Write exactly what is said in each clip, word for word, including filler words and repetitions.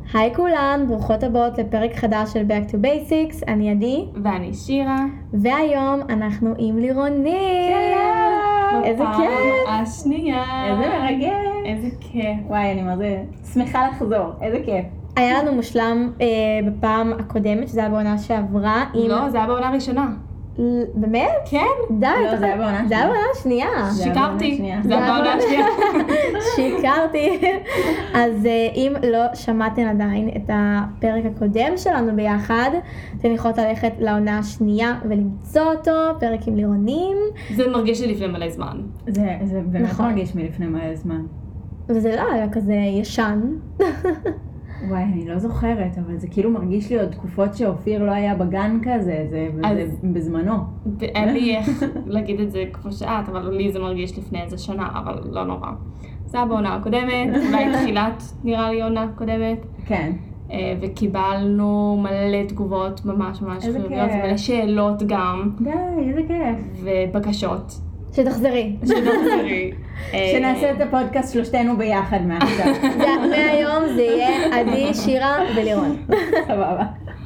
היי כולן, ברוכות הבאות לפרק חדש של Back to Basics, אני עדי. ואני שירה. והיום אנחנו עם לירונית. שלום! איזה כיף! השנייה. איזה מרגש! איזה כיף. וואי, אני מרזה שמחה לחזור, איזה כיף. היה לנו מושלם אה, בפעם הקודמת, שזה היה בעונה שעברה. עם... לא, זה היה בעונה ראשונה. ל... באמת? כן. די, לא, זה היה בעונה זה היה בעונה השנייה. שיקרתי. זה זה היה בעונה השנייה. שיקרתי. אז אה, אם לא שמעתם עדיין את הפרק הקודם שלנו ביחד, אתם יכולות ללכת לעונה השנייה ולמצוא אותו, פרק עם לירונים. זה מרגיש לי לפני מלא זמן. זה, זה באמת נכון. מרגיש מלפני מלא זמן. וזה לא היה כזה ישן. וואי, אני לא זוכרת, אבל זה כאילו מרגיש לי עוד תקופות שאופיר לא היה בגן כזה, זה, אז- זה בזמנו. ואין לי איך להגיד את זה כמו שאת, אבל לי זה מרגיש לפני איזה שנה, אבל לא נורא. זה היה בעונה הקודמת, אולי תחילת נראה לי עונה קודמת. כן. אה, וקיבלנו מלא תגובות ממש ממש איזה חיוביות, כיף. ומלא שאלות גם, די, איזה כיף. ובקשות. שתחזרי. שתחזרי. אה, שנעשה את הפודקאסט שלושתנו ביחד מעכשיו. זה- מהיום זה יהיה עדי, שירה ולירון. סבבה.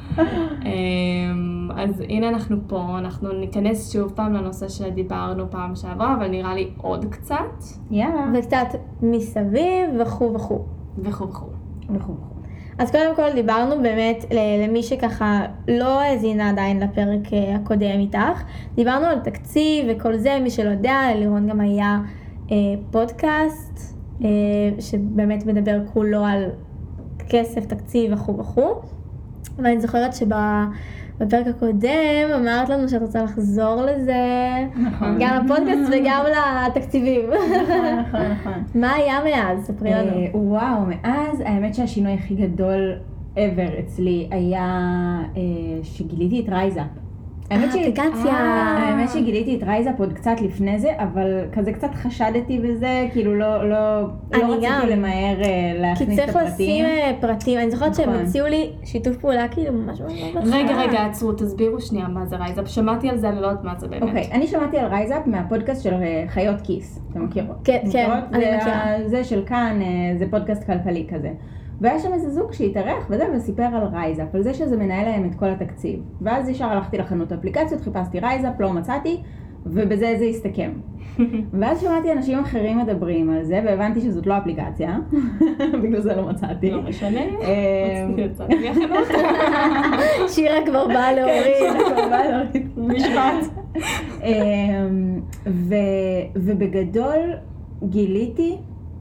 אמ, אז הנה אנחנו פה, אנחנו ניכנס שוב פעם לנושא שדיברנו פעם שעברה, אבל נראה לי עוד קצת, יאללה. וקצת מסביב וכו' וכו'. וכו' וכו'. וכו'. אז קודם כל דיברנו באמת ל- למי שככה לא האזינה עדיין לפרק אה, הקודם איתך. דיברנו על תקציב וכל זה, מי שלא יודע, לירון גם היה אה, פודקאסט אה, שבאמת מדבר כולו על כסף, תקציב וכו' וכו'. ואני זוכרת שבפרק הקודם אמרת לנו שאת רוצה לחזור לזה, נכון. גם לפודקאסט וגם לתקציבים. נכון, נכון, נכון. מה היה מאז? ספרי לנו. אה, וואו, מאז האמת שהשינוי הכי גדול ever אצלי היה אה, שגיליתי את רייזאפ. האמת ש- האפליקציה. אה, האמת שגיליתי את רייזאפ עוד קצת לפני זה, אבל כזה קצת חשדתי בזה, כאילו לא, לא, אני לא רציתי גם. למהר אה, כי להכניס את צריך לשים הפרטים. אה, פרטים, אני זוכרת שהם נכון. הציעו לי שיתוף פעולה כאילו ממש ממש ממש. רגע, רגע, עצרו, תסבירו שנייה מה זה רייזאפ. שמעתי על זה, אני לא יודעת מה זה באמת. אוקיי, אני שמעתי על רייזאפ מהפודקאסט של אה, חיות כיס, אתם מכירות? כן, כן, מכירות? אני זה מכירה. ה- זה של כאן, אה, זה פודקאסט כלכלי כזה. והיה שם איזה זוג שהתארח וזה, וסיפר על רייזאפ, על זה שזה מנהל להם את כל התקציב. ואז ישר הלכתי לחנות אפליקציות, חיפשתי רייזאפ, לא מצאתי, ובזה זה הסתכם. ואז שמעתי אנשים אחרים מדברים על זה, והבנתי שזאת לא אפליקציה, בגלל זה לא מצאתי. לא משנה. אה, יצאתי מהחנות. שירה כבר באה להוריד. משפט. אמ, ו- ובגדול גיליתי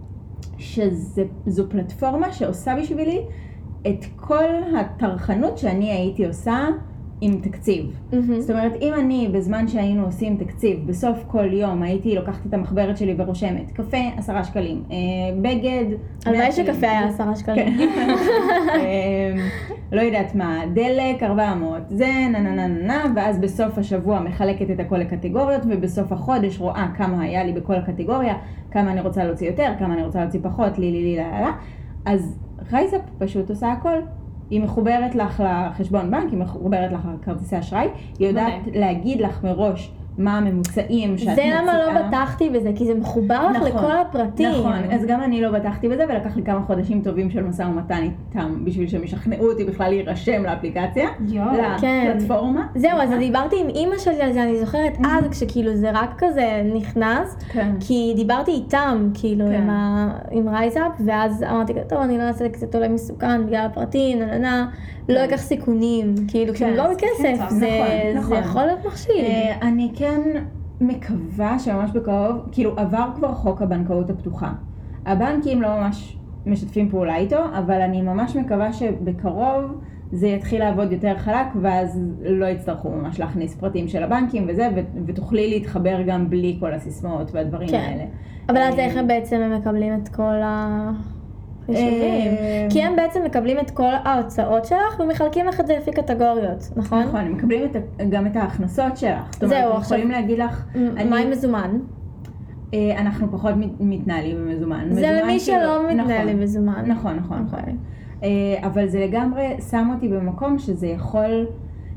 שזו פלטפורמה שעושה בשבילי את כל הטרחנות שאני הייתי עושה עם תקציב. מהמם. זאת אומרת, אם אני בזמן שהיינו עושים תקציב, בסוף כל יום הייתי לוקחת את המחברת שלי ורושמת, קפה עשרה שקלים, אה, בגד הלוואי מאה שקלים. שקפה היה עשרה שקלים. אמ, לא יודעת מה, דלק ארבע מאות, זה נה נה נה נה נה, ואז בסוף השבוע מחלקת את הכל לקטגוריות, ובסוף החודש רואה כמה היה לי בכל הקטגוריה, כמה אני רוצה להוציא יותר, כמה אני רוצה להוציא פחות, לי לי לי לה לה. אז רייזאפ פשוט עושה הכל. היא מחוברת לך לחשבון בנק, היא מחוברת לך לכרטיסי אשראי, היא יודעת להגיד לך מראש מה הממוצעים שאת זה מוציאה. למה לא בטחתי בזה, כי זה מחובר לך נכון, לכל הפרטים. נכון, אז גם אני לא בטחתי בזה, ולקח לי כמה חודשים טובים של משא ומתן איתם, בשביל שהם ישכנעו אותי בכלל להירשם לאפליקציה, יואו. כן. לפלטפורמה. זהו, אז דיברתי עם אימא שלי על זה, אני זוכרת אז כשכאילו זה רק כזה נכנס, כן. כי דיברתי איתם, כאילו, כן. עם ה- עם רייזאפ, ואז אמרתי, טוב, אני לא אעשה קצת עולה מסוכן בגלל הפרטים, נה נה נה, לא אקח סיכונים, כאילו, כשאני לא זה בכסף, קטע, זה נכון, זה נכון. יכול להיות מחשיד. אה, אני כן מקווה שממש בקרוב, כאילו עבר כבר חוק הבנקאות הפתוחה. הבנקים לא ממש משתפים פעולה איתו, אבל אני ממש מקווה שבקרוב זה יתחיל לעבוד יותר חלק, ואז לא יצטרכו ממש להכניס פרטים של הבנקים וזה, ו- ותוכלי להתחבר גם בלי כל הסיסמאות והדברים כן. האלה. אבל אז איך הם בעצם הם מקבלים את כל החישובים? אה, כי הם בעצם מקבלים את כל ההוצאות שלך ומחלקים לך את זה לפי קטגוריות, נכון? נכון, הם מקבלים את ה- גם את ההכנסות שלך. זאת אומרת, זהו, הם עכשיו- יכולים להגיד לך, אני- מה עם מזומן? אה, אנחנו פחות מת- מתנהלים במזומן. זה מזומן למי כאילו- שלא מתנהל עם נכון. מזומן. נכון, נכון, נכון. אוקיי. אה, אבל זה לגמרי שם אותי במקום שזה יכול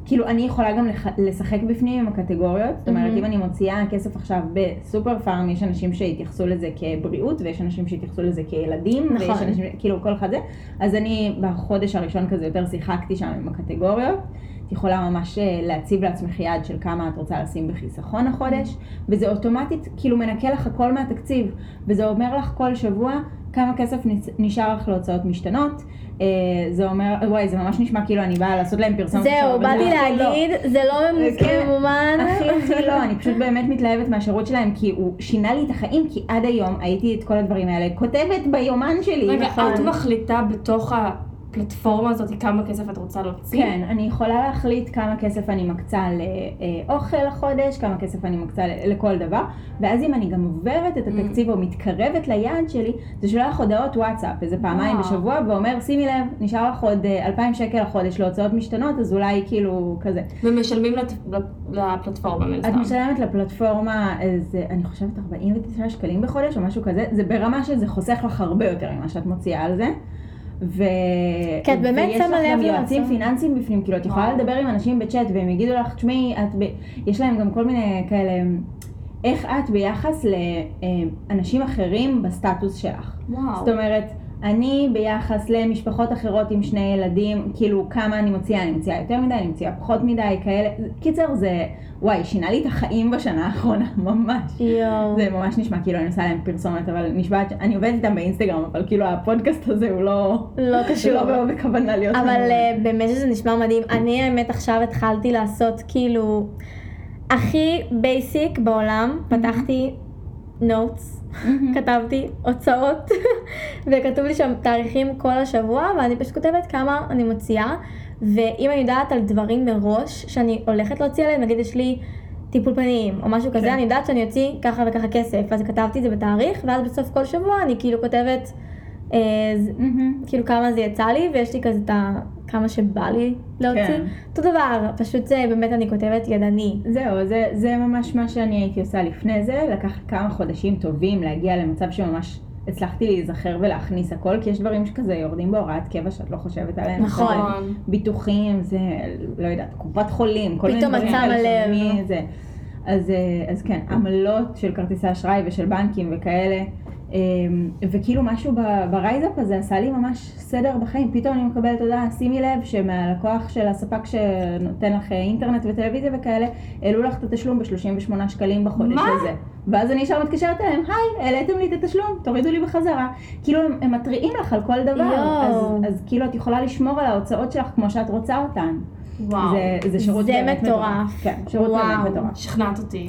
כאילו אני יכולה גם לח... לשחק בפנים עם הקטגוריות, זאת אומרת, Mhm. אם אני מוציאה כסף עכשיו בסופר פארם, יש אנשים שהתייחסו לזה כבריאות, ויש אנשים שהתייחסו לזה כילדים, נכון. ויש אנשים, כאילו כל אחד זה, אז אני בחודש הראשון כזה יותר שיחקתי שם עם הקטגוריות, את יכולה ממש להציב לעצמך יעד של כמה את רוצה לשים בחיסכון החודש, וזה אוטומטית כאילו מנקה לך הכל מהתקציב, וזה אומר לך כל שבוע כמה כסף נשאר לך להוצאות משתנות. זה אומר, וואי, זה ממש נשמע כאילו אני באה לעשות להם פרסומת. זהו, באתי להגיד, זה לא כן. ממומן. הכי הכי לא, אני פשוט באמת מתלהבת מהשירות שלהם, כי הוא שינה לי את החיים, כי עד היום הייתי את כל הדברים האלה כותבת ביומן שלי. רגע, נכון. את מחליטה בתוך הפלטפורמה הזאת כמה כסף את רוצה להוציא? כן, אני יכולה להחליט כמה כסף אני מקצה לאוכל לחודש, כמה כסף אני מקצה לכל דבר, ואז אם אני גם עוברת את התקציב או מתקרבת ליעד שלי, זה שולח הודעות וואטסאפ, איזה פעמיים וואו. בשבוע, ואומר, שימי לב, נשאר לך עוד אלפיים שקל לחודש להוצאות משתנות, אז אולי כאילו כזה. ומשלמים לת- לפלטפורמה מן את הסתם. משלמת לפלטפורמה, איזה, אני חושבת ארבעים ותשעה שקלים בחודש או משהו כזה, זה ברמה שזה חוסך לך הרבה יותר ממה שאת מוציאה על זה. ו... כי את באמת ויש שמה לך גם לב יועצים לעצמך. פיננסיים בפנים, כאילו את יכולה וואו. לדבר עם אנשים בצ'אט והם יגידו לך, תשמעי, את ב... יש להם גם כל מיני כאלה, איך את ביחס לאנשים אחרים בסטטוס שלך. וואו. זאת אומרת, אני ביחס למשפחות אחרות עם שני ילדים, כאילו כמה אני מוציאה, אני מוציאה יותר מדי, אני מוציאה פחות מדי, כאלה. קיצר זה, וואי, שינה לי את החיים בשנה האחרונה, ממש. יואו. זה ממש נשמע כאילו אני עושה להם פרסומת, אבל נשמעת, אני עובדת איתם באינסטגרם, אבל כאילו הפודקאסט הזה הוא לא... לא קשור. לא בא בכוונה להיות... אבל ממש. אה, באמת שזה נשמע מדהים. אני האמת עכשיו התחלתי לעשות כאילו הכי בייסיק בעולם, פתחתי נוטס, כתבתי הוצאות, וכתוב לי שם תאריכים כל השבוע, ואני פשוט כותבת כמה אני מוציאה, ואם אני יודעת על דברים מראש שאני הולכת להוציא עליהם, נגיד יש לי טיפול פנים או משהו כזה, כן. אני יודעת שאני אוציא ככה וככה כסף, אז כתבתי את זה בתאריך, ואז בסוף כל שבוע אני כאילו כותבת אה, ז- מהמם. כאילו כמה זה יצא לי, ויש לי כזה את ה... כמה שבא לי להוציא. כן. אותו דבר, פשוט זה באמת אני כותבת ידני. זהו, זה, זה ממש מה שאני הייתי עושה לפני זה, לקח כמה חודשים טובים להגיע למצב שממש הצלחתי להיזכר ולהכניס הכל, כי יש דברים שכזה יורדים בהוראת קבע שאת לא חושבת עליהם. נכון. כזה ביטוחים, זה, לא יודעת, קופת חולים, כל מיני פתאום דברים את שמה כאלה לב. שמי זה. אז, אה, אז כן, עמלות של כרטיסי אשראי ושל בנקים וכאלה, אה, וכאילו משהו ב- ברייזאפ הזה עשה לי ממש סדר בחיים. פתאום אני מקבלת הודעה, שימי לב שמהלקוח של הספק שנותן לך אינטרנט וטלוויזיה וכאלה, העלו לך את התשלום ב-שלושים ושמונה שקלים בחודש מה? הזה. ואז אני ישר מתקשרת אליהם, היי, העליתם לי את התשלום, תורידו לי בחזרה. כאילו הם, הם מתריעים לך על כל דבר, אז, יואו. אז כאילו את יכולה לשמור על ההוצאות שלך כמו שאת רוצה אותן. וואו. זה, זה שירות זה באמת מטורף. כן, שירות וואו. באמת מטורף. שכנעת אותי.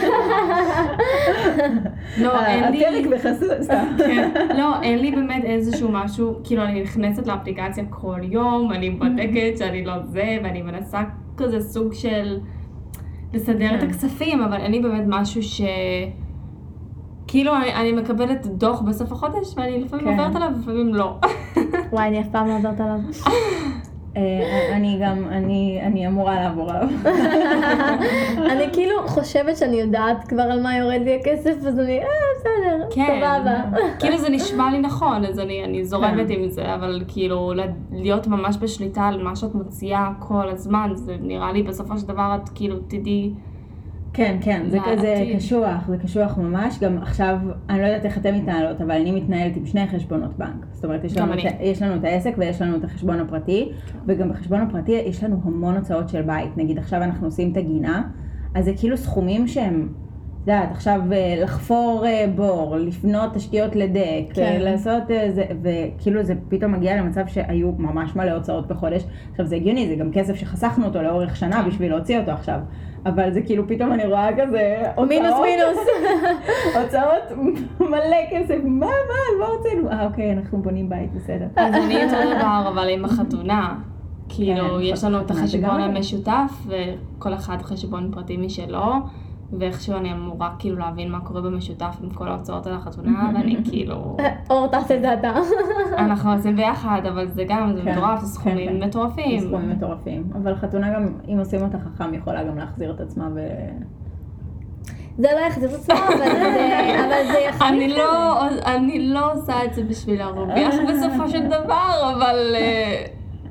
לא, אין לי... הפרק בחסות, סתם. כן. לא, אין לי באמת איזשהו משהו, כאילו אני נכנסת לאפליקציה כל יום, אני בודקת שאני לא זה, ואני מנסה כזה סוג של לסדר את כן. הכספים, אבל אין לי באמת משהו ש... כאילו אני, אני מקבלת דוח בסוף החודש, ואני לפעמים כן. עוברת עליו, לפעמים לא. וואי, אני אף פעם לא עוברת עליו. אה, אני גם, אני, אני אמורה לעבור עליו. אני כאילו חושבת שאני יודעת כבר על מה יורד לי הכסף, אז אני, אה, בסדר, סבבה. כאילו זה נשמע לי נכון, אז אני, אני זורמת כן. עם זה, אבל כאילו להיות ממש בשליטה על מה שאת מוציאה כל הזמן, זה נראה לי בסופו של דבר את כאילו תדעי, כן, כן, זה לעתיד. כזה קשוח, זה קשוח ממש. גם עכשיו, אני לא יודעת איך אתן מתנהלות, אבל אני מתנהלת עם שני חשבונות בנק. זאת אומרת, יש גם לנו, אני. את, יש לנו את העסק ויש לנו את החשבון הפרטי, וגם בחשבון הפרטי יש לנו המון הוצאות של בית. נגיד, עכשיו אנחנו עושים את הגינה, אז זה כאילו סכומים שהם, את יודעת, עכשיו אה, לחפור אה, בור, לפנות תשתיות לדק, כן. אה, לעשות אה, זה, וכאילו זה פתאום מגיע למצב שהיו ממש מלא הוצאות בחודש. עכשיו זה הגיוני, זה גם כסף שחסכנו אותו לאורך שנה בשביל להוציא אותו עכשיו. אבל זה כאילו פתאום אני רואה כזה הוצאות, מינוס מינוס. הוצאות מלא כסף, מה, מה, מה הוצאנו? אה, אוקיי, אנחנו בונים בית, בסדר. אז אני אותו דבר, אבל עם החתונה. כאילו, כן, יש לנו את חתונה זה החשבון גם- המשותף, וכל אחד חשבון פרטי משלו, ואיכשהו אני אמורה כאילו להבין מה קורה במשותף עם כל ההוצאות על החתונה, ואני כאילו... אור תעשה את זה אתה. אנחנו עושים ביחד, אבל זה גם, זה כן, מטורף, זה כן, סכומים כן. מטורפים. זה סכומים מטורפים. אבל חתונה גם, אם עושים אותה חכם, יכולה גם להחזיר את עצמה ו... זה לא יחזיר את עצמו, אבל זה- אבל זה יכול... אני לא, אני לא עושה את זה בשביל להרוויח בסופו של דבר, אבל... אה,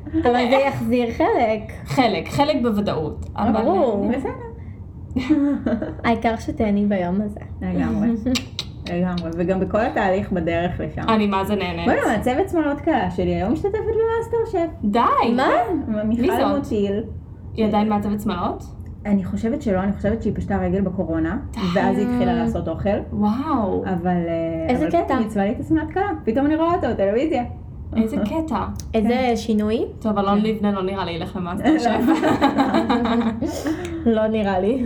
אבל זה יחזיר חלק. חלק, חלק בוודאות. אבל- ברור. בסדר. העיקר שתהני ביום הזה. לגמרי. לגמרי. וגם בכל התהליך בדרך לשם. אני מה זה נהנית. בואי, מהצוות שמאלות קלה שלי היום משתתפת במאסטר שף. די! מה? מי מיכל זאת? מוטיל. היא עדיין מעצבת שמלות? אני חושבת שלא, אני חושבת שהיא פשטה רגל בקורונה, ואז היא התחילה לעשות אוכל. וואו. אבל... אה, איזה אבל כן, קטע? היא מצווה לי את השמלת קלה. פתאום אני רואה אותו בטלוויזיה. איזה קטע. איזה שינוי? טוב, אלון לבנה לא נראה לי ילך למאסטר שף. לא נראה לי.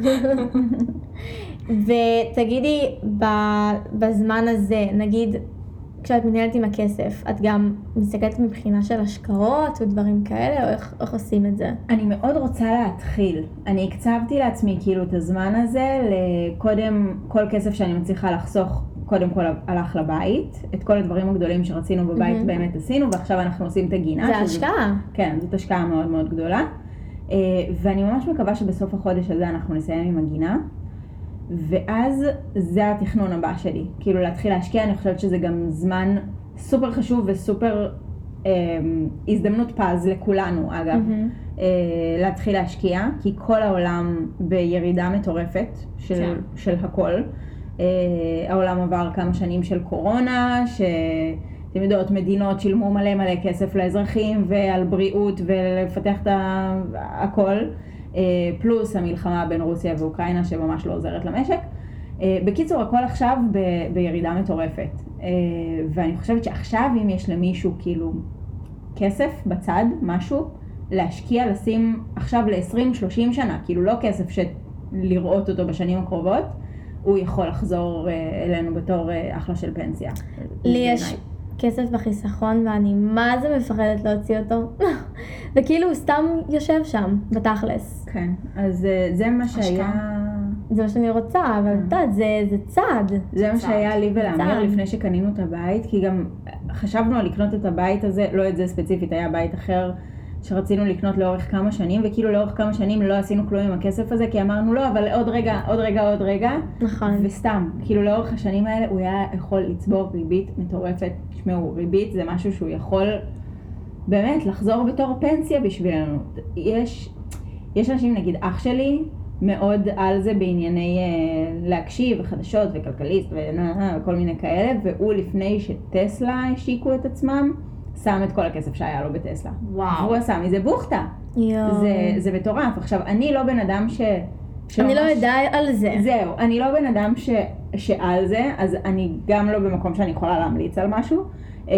ותגידי, ב- בזמן הזה, נגיד, כשאת מנהלת עם הכסף, את גם מסתכלת מבחינה של השקעות ודברים כאלה, או איך, איך עושים את זה? אני מאוד רוצה להתחיל. אני הקצבתי לעצמי כאילו את הזמן הזה, לקודם כל כסף שאני מצליחה לחסוך, קודם כל הלך לבית. את כל הדברים הגדולים שרצינו בבית מהמם. באמת עשינו, ועכשיו אנחנו עושים את הגינה. זה שזה- השקעה. כן, זאת השקעה מאוד מאוד גדולה. אה, ואני ממש מקווה שבסוף החודש הזה אנחנו נסיים עם הגינה. ואז זה התכנון הבא שלי. כאילו להתחיל להשקיע, אני חושבת שזה גם זמן סופר חשוב וסופר אה, הזדמנות פז לכולנו, אגב. מהמם. אה, להתחיל להשקיע, כי כל העולם בירידה מטורפת של, כן. של הכל. אה, העולם עבר כמה שנים של קורונה, שאתם יודעות, מדינות שילמו מלא מלא כסף לאזרחים ועל בריאות ולפתח את ה- הכל, אה, פלוס המלחמה בין רוסיה ואוקראינה שממש לא עוזרת למשק. אה, בקיצור, הכל עכשיו ב- בירידה מטורפת. אה, ואני חושבת שעכשיו אם יש למישהו כאילו כסף בצד, משהו, להשקיע, לשים עכשיו ל-עשרים שלושים שנה, כאילו לא כסף שלראות אותו בשנים הקרובות, הוא יכול לחזור אה, אלינו בתור אה, אחלה של פנסיה. לי יש בעיניי. כסף בחיסכון ואני מה זה מפחדת להוציא אותו. וכאילו הוא סתם יושב שם, בתכלס. כן, אז אה, זה מה שהיה... השקעה. זה מה שאני רוצה, אבל את יודעת, זה, זה צעד. זה מה צעד. שהיה לי ולאמיר צעד. לפני שקנינו את הבית, כי גם חשבנו על לקנות את הבית הזה, לא את זה ספציפית, היה בית אחר שרצינו לקנות לאורך כמה שנים, וכאילו לאורך כמה שנים לא עשינו כלום עם הכסף הזה, כי אמרנו לא, אבל עוד רגע, עוד רגע, עוד רגע, נכון. וסתם, כאילו לאורך השנים האלה הוא היה יכול לצבור ריבית מטורפת. תשמעו, ריבית זה משהו שהוא יכול באמת לחזור בתור פנסיה בשבילנו. יש, יש אנשים, נגיד אח שלי, מאוד על זה בענייני אה, להקשיב וחדשות וכלכליסט וכל מיני כאלה, והוא לפני שטסלה השיקו את עצמם, שם את כל הכסף שהיה לו בטסלה. וואו. והוא עשה מזה בוכתה. יואו. זה, זה מטורף. עכשיו, אני לא בן אדם ש... אני לא שממש- יודע על זה. זהו, אני לא בן אדם ש... שעל זה, אז אני גם לא במקום שאני יכולה להמליץ על משהו, אמ,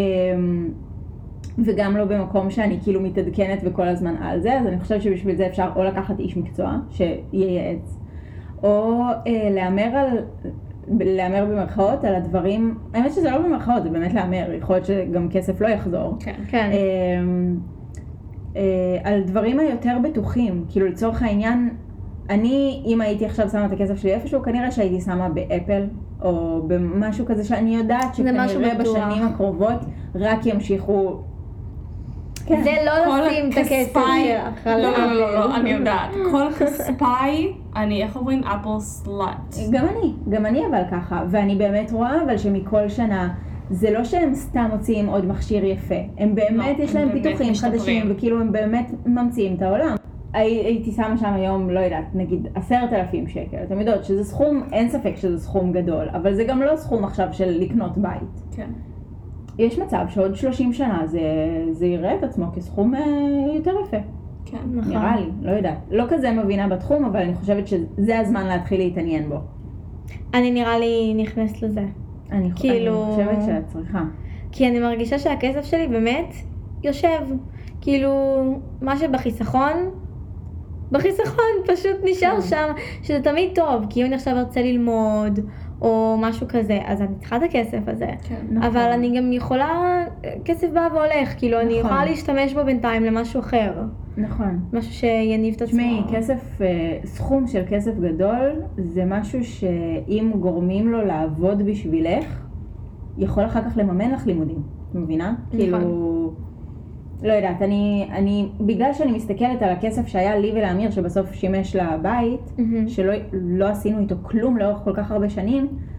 וגם לא במקום שאני כאילו מתעדכנת וכל הזמן על זה, אז אני חושבת שבשביל זה אפשר או לקחת איש מקצוע שייעץ, או אה, להמר על... להמר במרכאות על הדברים, האמת שזה לא במרכאות, זה באמת להמר, יכול להיות שגם כסף לא יחזור. כן. כן. אמ, אה, על דברים היותר בטוחים, כאילו לצורך העניין, אני, אם הייתי עכשיו שמה את הכסף שלי איפשהו, כנראה שהייתי שמה באפל, או במשהו כזה שאני יודעת זה משהו שכנראה בטוח. בשנים הקרובות רק ימשיכו. כן. זה לא כל לשים את הכסף הכספיי- שלך לא, על לא, לא, לא, לא, אפל. אני יודעת. כל כספיי, אני, איך אומרים? אפל סלאט. גם אני, גם אני אבל ככה, ואני באמת רואה אבל שמכל שנה, זה לא שהם סתם מוציאים עוד מכשיר יפה, הם באמת לא, יש הם להם באמת פיתוחים משתפרים. חדשים, וכאילו הם באמת ממציאים את העולם. הי- הייתי שמה שם היום, לא יודעת, נגיד עשרת אלפים שקל, אתם יודעות שזה סכום, אין ספק שזה סכום גדול, אבל זה גם לא סכום עכשיו של לקנות בית. כן. יש מצב שעוד שלושים שנה זה, זה יראה את עצמו כסכום אה, יותר יפה, כן. נכון. נראה לי, לא יודעת. לא כזה מבינה בתחום, אבל אני חושבת שזה הזמן להתחיל להתעניין בו. אני נראה לי נכנסת לזה. אני, כאילו- אני חושבת שאת צריכה. כי אני מרגישה שהכסף שלי באמת יושב. כאילו, מה שבחיסכון, בחיסכון פשוט נשאר שם, שזה תמיד טוב, כי אם אני עכשיו ארצה ללמוד, או משהו כזה, אז אני צריכה את הכסף הזה. כן. נכון. אבל אני גם יכולה, כסף בא והולך, כאילו אני נכון. יכולה להשתמש בו בינתיים למשהו אחר. נכון. משהו שיניב את עצמו. תשמעי, כסף, אה, סכום של כסף גדול, זה משהו שאם גורמים לו לעבוד בשבילך, יכול אחר כך לממן לך לימודים, את מבינה? נכון. כאילו, לא יודעת, אני, אני, בגלל שאני מסתכלת על הכסף שהיה לי ולאמיר, שבסוף שימש לבית, מהמם. שלא לא עשינו איתו כלום לאורך כל כך הרבה שנים,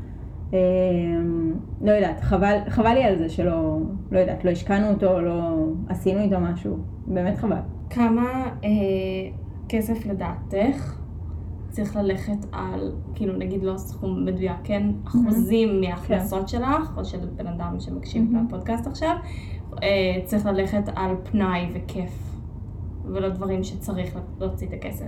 לא יודעת, חבל, חבל לי על זה שלא, לא יודעת, לא השקענו אותו, לא עשינו איתו משהו, באמת חבל. כמה אה, כסף לדעתך צריך ללכת על, כאילו נגיד לא סכום מדויק, כן, אחוזים מההכנסות שלך, או של בן אדם שמקשיב לפודקאסט עכשיו, אה, צריך ללכת על פנאי וכיף, ולא דברים שצריך להוציא את הכסף.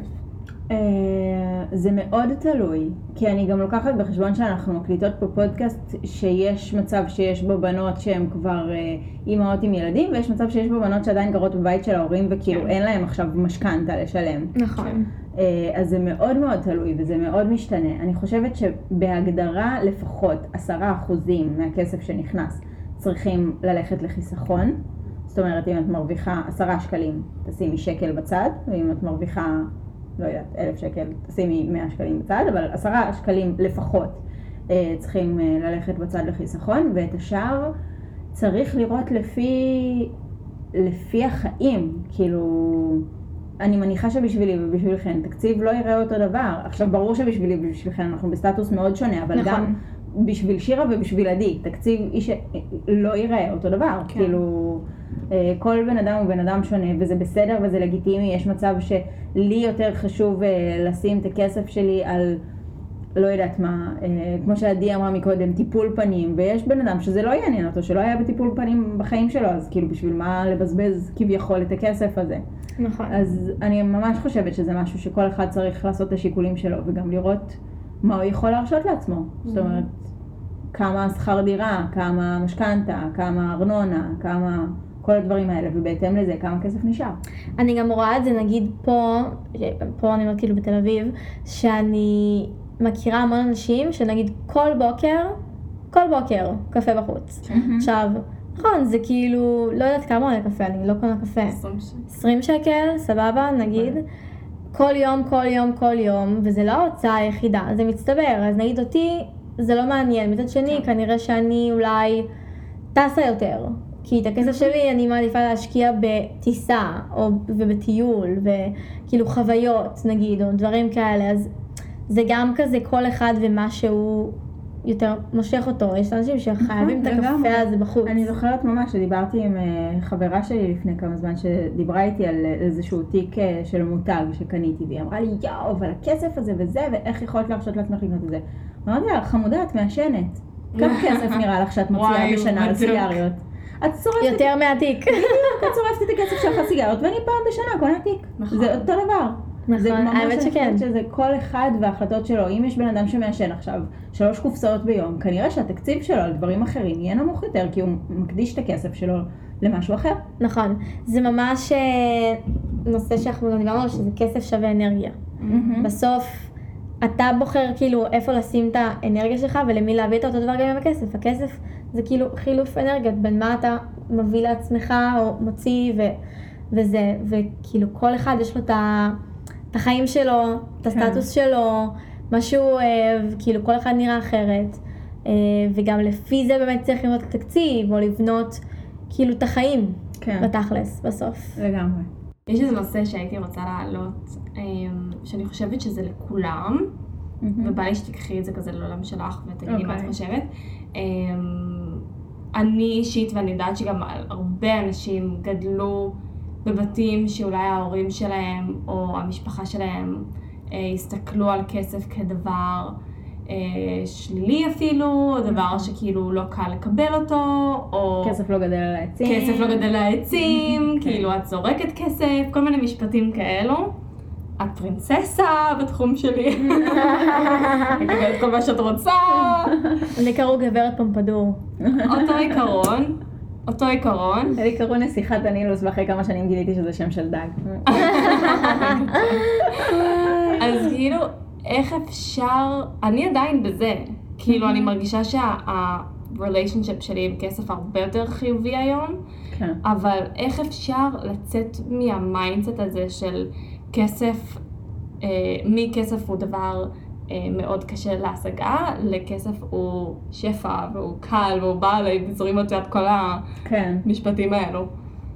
זה מאוד תלוי, כי אני גם לוקחת בחשבון שאנחנו מקליטות פה פודקאסט שיש מצב שיש בו בנות שהן כבר אימהות עם ילדים, ויש מצב שיש בו בנות שעדיין גרות בבית של ההורים וכאילו אין להם עכשיו משכנתה לשלם. נכון. אז זה מאוד מאוד תלוי וזה מאוד משתנה. אני חושבת שבהגדרה לפחות עשרה אחוזים מהכסף שנכנס צריכים ללכת לחיסכון. זאת אומרת, אם את מרוויחה עשרה שקלים, תשימי שקל בצד, ואם את מרוויחה לא יודעת, אלף שקל, תשימי מאה שקלים בצד, אבל עשרה שקלים לפחות אה, צריכים אה, ללכת בצד לחיסכון, ואת השאר צריך לראות לפי, לפי החיים, כאילו, אני מניחה שבשבילי ובשבילכן, תקציב לא יראה אותו דבר. עכשיו, ברור שבשבילי ובשבילכן אנחנו בסטטוס מאוד שונה, אבל נכון. גם בשביל שירה ובשביל עדי, תקציב איש לא יראה אותו דבר, כן. כאילו, כל בן אדם הוא בן אדם שונה, וזה בסדר וזה לגיטימי. יש מצב שלי יותר חשוב לשים את הכסף שלי על, לא יודעת מה, כמו שעדי אמרה מקודם, טיפול פנים, ויש בן אדם שזה לא יעניין אותו, שלא היה בטיפול פנים בחיים שלו, אז כאילו בשביל מה לבזבז כביכול את הכסף הזה. נכון. אז אני ממש חושבת שזה משהו שכל אחד צריך לעשות את השיקולים שלו, וגם לראות מה הוא יכול להרשות לעצמו. זאת אומרת, כמה שכר דירה, כמה משכנתה, כמה ארנונה, כמה כל הדברים האלה, ובהתאם לזה כמה כסף נשאר. אני גם רואה את זה, נגיד פה, פה אני אומרת כאילו בתל אביב, שאני מכירה המון אנשים שנגיד כל בוקר, כל בוקר קפה בחוץ. עכשיו, נכון, זה כאילו, לא יודעת כמה עולה קפה, אני לא קונה קפה. עשרים שקל, סבבה, נגיד. כל יום, כל יום, כל יום, וזה לא ההוצאה היחידה, זה מצטבר. אז נגיד אותי, זה לא מעניין. מצד שני, כנראה שאני אולי טסה יותר. כי את הכסף שלי אני מעדיפה להשקיע בטיסה, או ובטיול, וכאילו חוויות, נגיד, או דברים כאלה. אז זה גם כזה כל אחד ומה שהוא יותר מושך אותו. יש אנשים שחייבים את הקפה הזה בחוץ. אני זוכרת ממש שדיברתי עם חברה שלי לפני כמה זמן, שדיברה איתי על איזשהו תיק של מותג שקניתי, והיא אמרה לי, יאו, אבל הכסף הזה וזה, ואיך יכולת להרשות לעצמך לקנות את זה? אמרתי לה, חמודה, את מעשנת. כמה כסף נראה לך שאת מוציאה בשנה על סיגריות? יותר מהתיק. את צורפת את הכסף שלך סיגריות, ואני פעם בשנה קונה תיק. זה אותו דבר. נכון, האמת שכן. שזה כל אחד וההחלטות שלו. אם יש בן אדם שמעשן עכשיו שלוש קופסאות ביום, כנראה שהתקציב שלו על דברים אחרים יהיה נמוך יותר, כי הוא מקדיש את הכסף שלו למשהו אחר. נכון. זה ממש נושא שאנחנו גם דיברנו, שזה כסף שווה אנרגיה. בסוף, אתה בוחר כאילו איפה לשים את האנרגיה שלך ולמי להביא את אותו דבר גם עם הכסף. הכסף זה כאילו חילוף אנרגיות בין מה אתה מביא לעצמך או מוציא ו... וזה, וכאילו כל אחד יש לו את החיים שלו, את הסטטוס שלו, מה שהוא אוהב, כאילו כל אחד נראה אחרת, וגם לפי זה באמת צריך לבנות תקציב או לבנות כאילו את החיים בתכלס בסוף. לגמרי. יש איזה נושא שהייתי רוצה להעלות, שאני חושבת שזה לכולם, ובא לי שתקחי את זה כזה לעולם שלך ותגידי מה את חושבת. אני אישית, ואני יודעת שגם הרבה אנשים גדלו בבתים שאולי ההורים שלהם או המשפחה שלהם הסתכלו על כסף כדבר שלילי אפילו, או דבר שכאילו לא קל לקבל אותו, או כסף לא גדל על העצים, כסף לא גדל על העצים, כאילו את זורקת כסף, כל מיני משפטים כאלו. את פרינססה בתחום שלי, מקבלת כל מה שאת רוצה. לי קראו גברת פומפדור. אותו עיקרון, אותו עיקרון. לי קראו נסיכת הנילוס, ואחרי כמה שנים גיליתי שזה שם של דג. אז כאילו, איך אפשר, אני עדיין בזה, כאילו אני מרגישה שה-relationship שלי עם כסף הרבה יותר חיובי היום, אבל איך אפשר לצאת מהמיינדסט הזה של כסף, מי כסף הוא דבר מאוד קשה להשגה, לכסף הוא שפע והוא קל והוא בא עליי וזורים אותי את כל המשפטים האלו.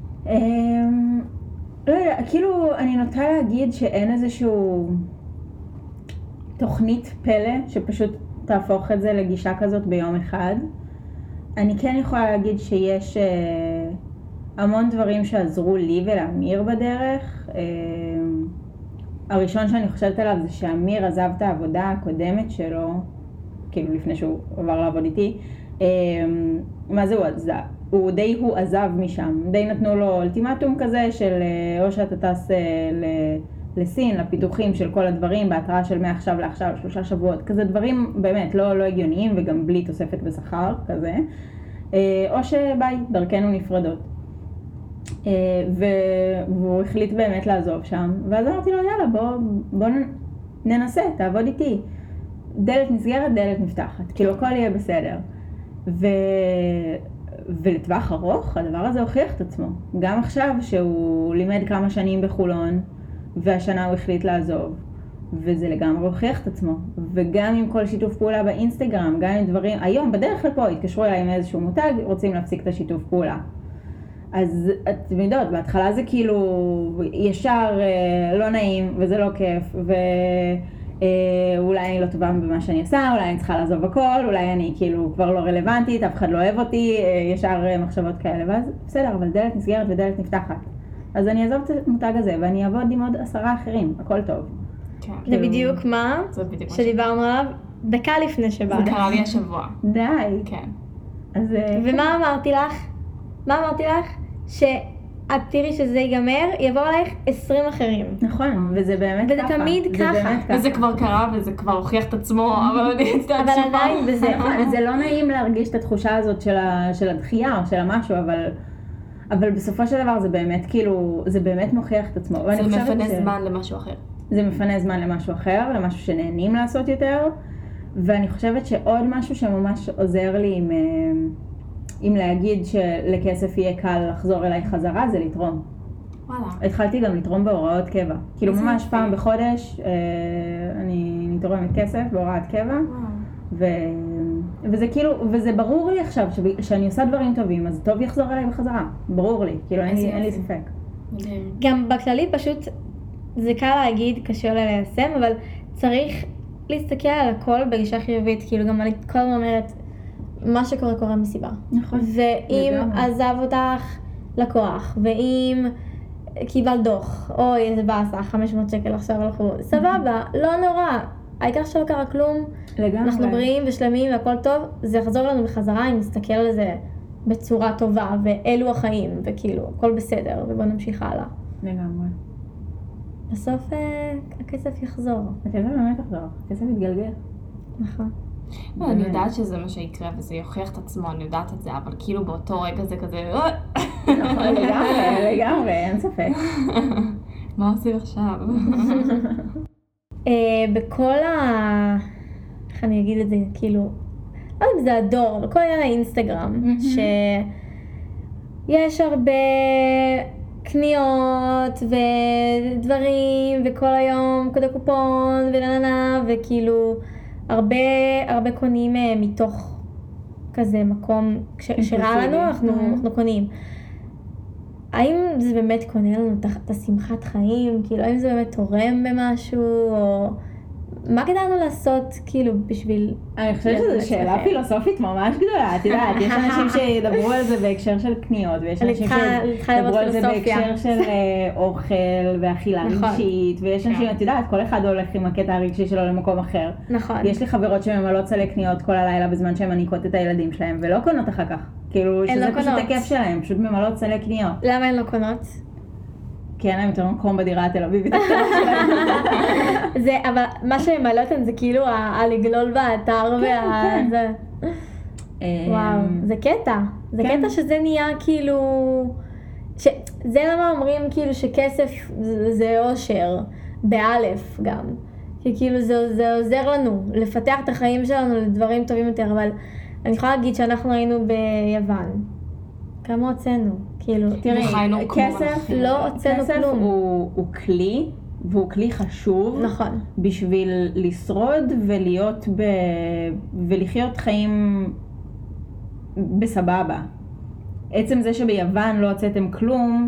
לא יודע, כאילו אני נוטה להגיד שאין איזשהו תוכנית פלא שפשוט תהפוך את זה לגישה כזאת ביום אחד. אני כן יכולה להגיד שיש אה, המון דברים שעזרו לי ולאמיר בדרך. אה, הראשון שאני חושבת עליו זה שאמיר עזב את העבודה הקודמת שלו, כאילו לפני שהוא עבר לעבוד איתי. אה, מה זה הוא עזב? הוא די הוא עזב משם, די נתנו לו אולטימטום כזה של אה, או שאתה טס אה, ל... לסין, לפיתוחים של כל הדברים, בהתראה של מעכשיו לעכשיו, שלושה שבועות, כזה דברים באמת לא, לא הגיוניים וגם בלי תוספת בשכר, כזה. או שביי, דרכנו נפרדות. והוא החליט באמת לעזוב שם, ואז אמרתי לו, יאללה, בוא, בוא ננסה, תעבוד איתי. דלת נסגרת, דלת נפתחת, כאילו הכל יהיה בסדר. ו... ולטווח ארוך, הדבר הזה הוכיח את עצמו. גם עכשיו שהוא לימד כמה שנים בחולון, והשנה הוא החליט לעזוב, וזה לגמרי הוכיח את עצמו. וגם עם כל שיתוף פעולה באינסטגרם, גם עם דברים, היום בדרך לפה התקשרו אליי עם איזשהו מותג, רוצים להפסיק את השיתוף פעולה. אז את יודעות, בהתחלה זה כאילו ישר לא נעים, וזה לא כיף, ואולי אני לא טובה במה שאני עושה, אולי אני צריכה לעזוב הכל, אולי אני כאילו כבר לא רלוונטית, אף אחד לא אוהב אותי, ישר מחשבות כאלה, ואז בסדר, אבל דלת נסגרת ודלת נפתחת. אז אני אעזוב את המותג הזה, ואני אעבוד עם עוד עשרה אחרים, הכל טוב. כן. זה בדיוק מה שדיברנו עליו דקה לפני שבא. זה קרה לי השבוע. די. כן. אז... ומה אמרתי לך? מה אמרתי לך? שאת תראי שזה ייגמר, יבוא עלייך עשרים אחרים. נכון, וזה באמת וזה ככה. תמיד ככה. וזה כבר קרה וזה כבר הוכיח את עצמו, אבל אני אצטער אבל עדיין, וזה... זה לא נעים להרגיש את התחושה הזאת של הדחייה או של המשהו, אבל... אבל בסופו של דבר זה באמת כאילו, זה באמת מוכיח את עצמו. זה מפנה ש... זמן למשהו אחר. זה מפנה זמן למשהו אחר, למשהו שנהנים לעשות יותר. ואני חושבת שעוד משהו שממש עוזר לי עם, עם להגיד שלכסף יהיה קל לחזור אליי חזרה, זה לתרום. וואלה. התחלתי גם לתרום בהוראות קבע. כאילו ממש פעם יפה. בחודש אני נתרומת כסף בהוראת קבע. ו... וזה כאילו, וזה ברור לי עכשיו שאני עושה דברים טובים, אז טוב יחזור אליי בחזרה. ברור לי, כאילו אין לי, אין לי ספק. גם בכללי פשוט, זה קל להגיד, קשה לי ליישם, אבל צריך להסתכל על הכל בגישה חיובית, כאילו גם אני כל הזמן אומרת, מה שקורה קורה מסיבה. נכון. ואם עזב אותך לקוח, ואם קיבל דוח, אוי איזה באסה, חמש מאות שקל עכשיו הלכו, סבבה, לא נורא. העיקר שלא קרה כלום, לגמרי. אנחנו בריאים ושלמים והכל טוב, זה יחזור לנו בחזרה אם נסתכל על זה בצורה טובה, ואלו החיים, וכאילו, הכל בסדר, ובוא נמשיך הלאה. לגמרי. בסוף הכסף יחזור. הכסף באמת יחזור, הכסף יתגלגל. נכון. אני יודעת שזה מה שיקרה וזה יוכיח את עצמו, אני יודעת את זה, אבל כאילו באותו רגע זה כזה... נכון, לגמרי, לגמרי, אין ספק. מה עושים עכשיו? בכל ה... איך אני אגיד את זה, כאילו, לא יודע אם זה הדור, אבל כל עניין האינסטגרם, שיש הרבה קניות ודברים, וכל היום קודם קופון וננה, וכאילו, הרבה, הרבה קונים מתוך כזה מקום שראה לנו, אנחנו, אנחנו קונים. האם זה באמת קונה לנו את השמחת חיים? כאילו, האם זה באמת תורם במשהו? או... מה כדאי לנו לעשות, כאילו, בשביל... אני חושבת שזו שאלה פילוסופית ממש גדולה. את יודעת, יש אנשים שידברו על זה בהקשר של קניות, ויש אנשים שידברו על זה בהקשר של אוכל ואכילה רגשית, ויש אנשים, את יודעת, כל אחד הולך עם הקטע הרגשי שלו למקום אחר. נכון. יש לי חברות שממלאות סלי קניות כל הלילה בזמן שהן מניקות את הילדים שלהם, ולא קונות אחר כך. כאילו, שזה פשוט הכיף שלהם, פשוט ממלאות סלי קניות. למה הן לא קונות? כי אין להם יותר מקום בדירה התל אביבית הקטנה שלהם. זה, אבל מה שהם מעלות זה כאילו הלגלול באתר וה... זה... וואו, זה קטע. זה קטע שזה נהיה כאילו... זה למה אומרים כאילו שכסף זה אושר, באלף גם. כי כאילו זה עוזר לנו לפתח את החיים שלנו לדברים טובים יותר, אבל אני יכולה להגיד שאנחנו היינו ביוון. כמה הוצאנו? כאילו, תראי, כסף, לא הוצאנו כלום. הוא, הוא כלי, והוא כלי חשוב. נכון. בשביל לשרוד ולהיות ב... ולחיות חיים בסבבה. עצם זה שביוון לא הוצאתם כלום,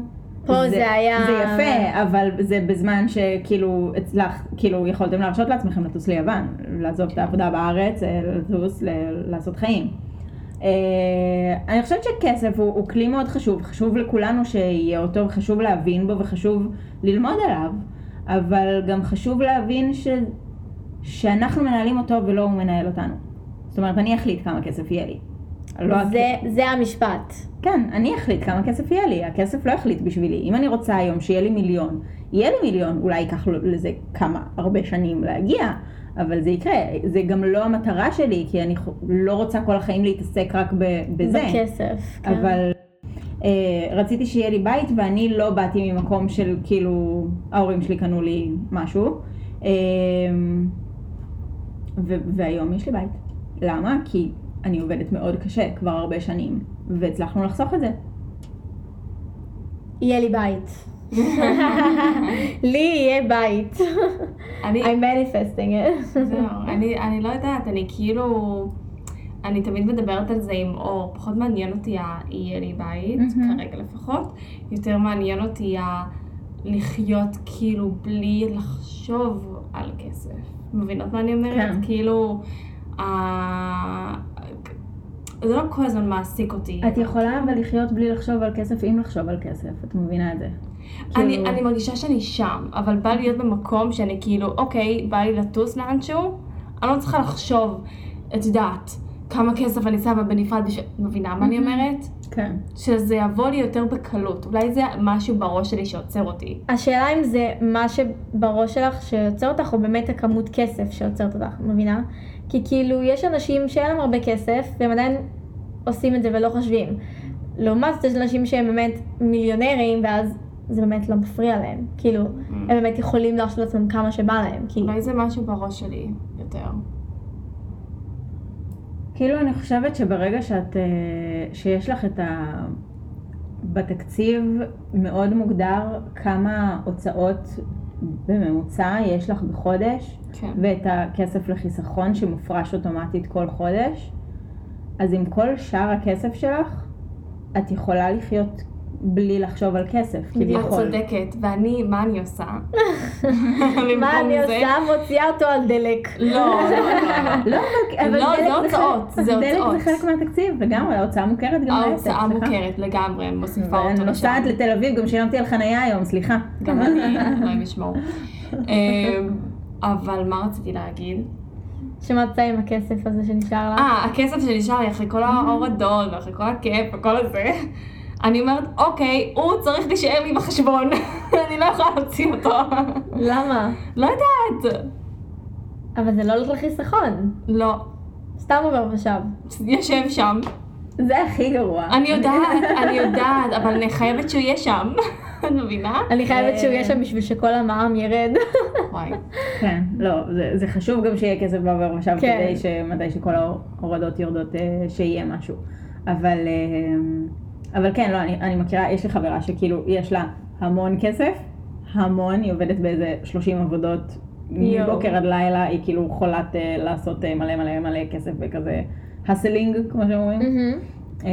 פה זה היה... זה יפה, אבל זה בזמן שכאילו אצלך, כאילו יכולתם להרשות לעצמכם לטוס ליוון, לעזוב את העבודה בארץ, לטוס, לעשות חיים. אני חושבת שכסף הוא, הוא כלי מאוד חשוב, חשוב לכולנו שיהיה אותו, וחשוב להבין בו וחשוב ללמוד עליו, אבל גם חשוב להבין ש... שאנחנו מנהלים אותו ולא הוא מנהל אותנו. זאת אומרת, אני אחליט כמה כסף יהיה לי. לא זה, זה המשפט. כן, אני אחליט כמה כסף יהיה לי, הכסף לא יחליט בשבילי. אם אני רוצה היום שיהיה לי מיליון, יהיה לי מיליון, אולי ייקח לזה כמה, הרבה שנים להגיע, אבל זה יקרה. זה גם לא המטרה שלי, כי אני לא רוצה כל החיים להתעסק רק בזה. בכסף, כן. אבל אה, רציתי שיהיה לי בית, ואני לא באתי ממקום של כאילו, ההורים שלי קנו לי משהו. אה, ו- והיום יש לי בית. למה? כי אני עובדת מאוד קשה כבר הרבה שנים, והצלחנו לחסוך את זה. יהיה לי בית. לי יהיה בית. אני... I'm manifesting it. זהו, אני, אני לא יודעת, אני כאילו... אני תמיד מדברת על זה עם אור, פחות מעניין אותי יהיה לי בית, כרגע לפחות. יותר מעניין אותי לחיות כאילו בלי לחשוב על כסף. מבינות מה אני אומרת? כן. כאילו... זה לא כל הזמן מעסיק אותי. את יכולה אבל לחיות בלי לחשוב על כסף, אם לחשוב על כסף, את מבינה את זה. אני, אני מרגישה שאני שם, אבל בא להיות במקום שאני כאילו, אוקיי, בא לי לטוס לאנשהו, אני לא צריכה לחשוב, את יודעת, כמה כסף אני שמה בנפרד, מבינה מה אני אומרת? כן. שזה יבוא לי יותר בקלות, אולי זה משהו בראש שלי שעוצר אותי. השאלה אם זה מה שבראש שלך שעוצר אותך, או באמת הכמות כסף שעוצרת אותך, מבינה? כי כאילו יש אנשים שאין להם הרבה כסף, והם עדיין עושים את זה ולא חושבים. לעומת זאת, יש אנשים שהם באמת מיליונרים, ואז זה באמת לא מפריע להם. כאילו, הם באמת יכולים להרשות לעצמם כמה שבא להם. כי... אולי זה משהו בראש שלי יותר. כאילו אני חושבת שברגע שאת, שיש לך את ה... בתקציב מאוד מוגדר כמה הוצאות בממוצע יש לך בחודש, כן. ואת הכסף לחיסכון שמופרש אוטומטית כל חודש, אז עם כל שאר הכסף שלך, את יכולה לחיות בלי לחשוב על כסף. את צודקת, ואני, מה אני עושה? מה אני עושה? מוציאה אותו על דלק. לא, לא, לא. לא, זה הוצאות, זה הוצאות. דלק זה חלק מהתקציב, לגמרי, ההוצאה מוכרת גם לעסק. ההוצאה מוכרת לגמרי, מוסיפה אותו לשם. נוסעת לתל אביב, גם שילמתי על חנייה היום, סליחה. גם אני, לא משמעו. אבל מה רציתי להגיד? שמצא עם הכסף הזה שנשאר לך? אה, הכסף שנשאר לי אחרי כל האור אדום, ואחרי כל הכיף וכל הזה. אני אומרת, אוקיי, הוא צריך להישאר לי בחשבון. אני לא יכולה להוציא אותו. למה? לא יודעת. אבל זה לא הולך לחיסכון. לא. סתם עובר ושב. יושב שם. זה הכי גרוע. אני יודעת, אני יודעת, אבל אני חייבת שהוא יהיה שם. את מבינה? אני חייבת שהוא יהיה שם בשביל שכל המע"מ ירד. וואי. כן, לא, זה, זה חשוב גם שיהיה כסף בעובר ושב, כן. כדי שמתי שכל ההורדות יורדות שיהיה משהו. אבל, אבל כן, לא, אני, אני מכירה, יש לי חברה שכאילו יש לה המון כסף, המון, היא עובדת באיזה שלושים עבודות, מבוקר עד לילה, היא כאילו חולת לעשות מלא מלא מלא כסף וכזה הסלינג, כמו שאומרים. Mm-hmm.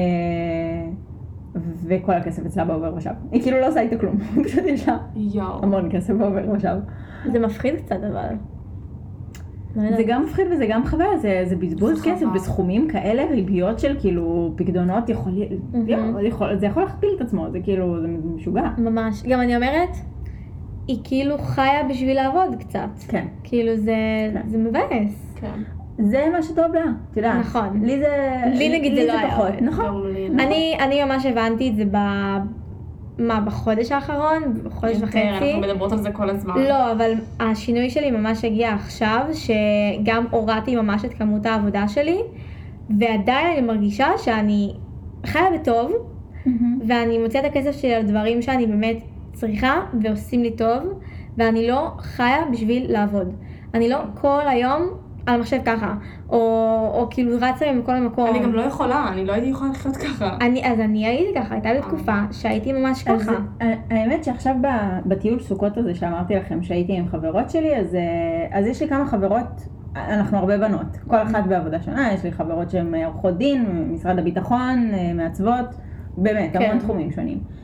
וכל הכסף אצלה בעובר ושב. היא כאילו לא עושה איתה כלום, פשוט יש לה המון כסף בעובר ושב. זה מפחיד קצת אבל. זה גם מפחיד וזה גם חבל, זה, זה בזבוז כסף בסכומים כאלה, ריביות של כאילו פקדונות, יכול, יכול, זה יכול להכפיל את עצמו, זה כאילו, זה משוגע. ממש. גם אני אומרת, היא כאילו חיה בשביל לעבוד קצת. כן. כאילו זה, כן. זה מבאס. כן. זה מה שטוב לה, אתה יודע. נכון. לי זה... לי נגיד זה לא היה עובד. נכון. אני, אני ממש הבנתי את זה ב... מה, בחודש האחרון? בחודש וחצי? אנחנו מדברות על זה כל הזמן. לא, אבל השינוי שלי ממש הגיע עכשיו, שגם הורדתי ממש את כמות העבודה שלי, ועדיין אני מרגישה שאני חיה בטוב, ואני מוציאה את הכסף שלי על דברים שאני באמת צריכה ועושים לי טוב, ואני לא חיה בשביל לעבוד. אני לא כל היום על המחשב ככה, או, או כאילו רצה ממקום למקום. אני גם לא יכולה, אני לא הייתי יכולה לחיות ככה. אני, אז אני הייתי ככה, הייתה לי תקופה שהייתי ממש ככה. האמת שעכשיו בטיול סוכות הזה שאמרתי לכם שהייתי עם חברות שלי, אז, אז יש לי כמה חברות, אנחנו הרבה בנות, כל אחת בעבודה שונה, יש לי חברות שהן עורכות דין, משרד הביטחון, מעצבות, באמת, המון תחומים שונים.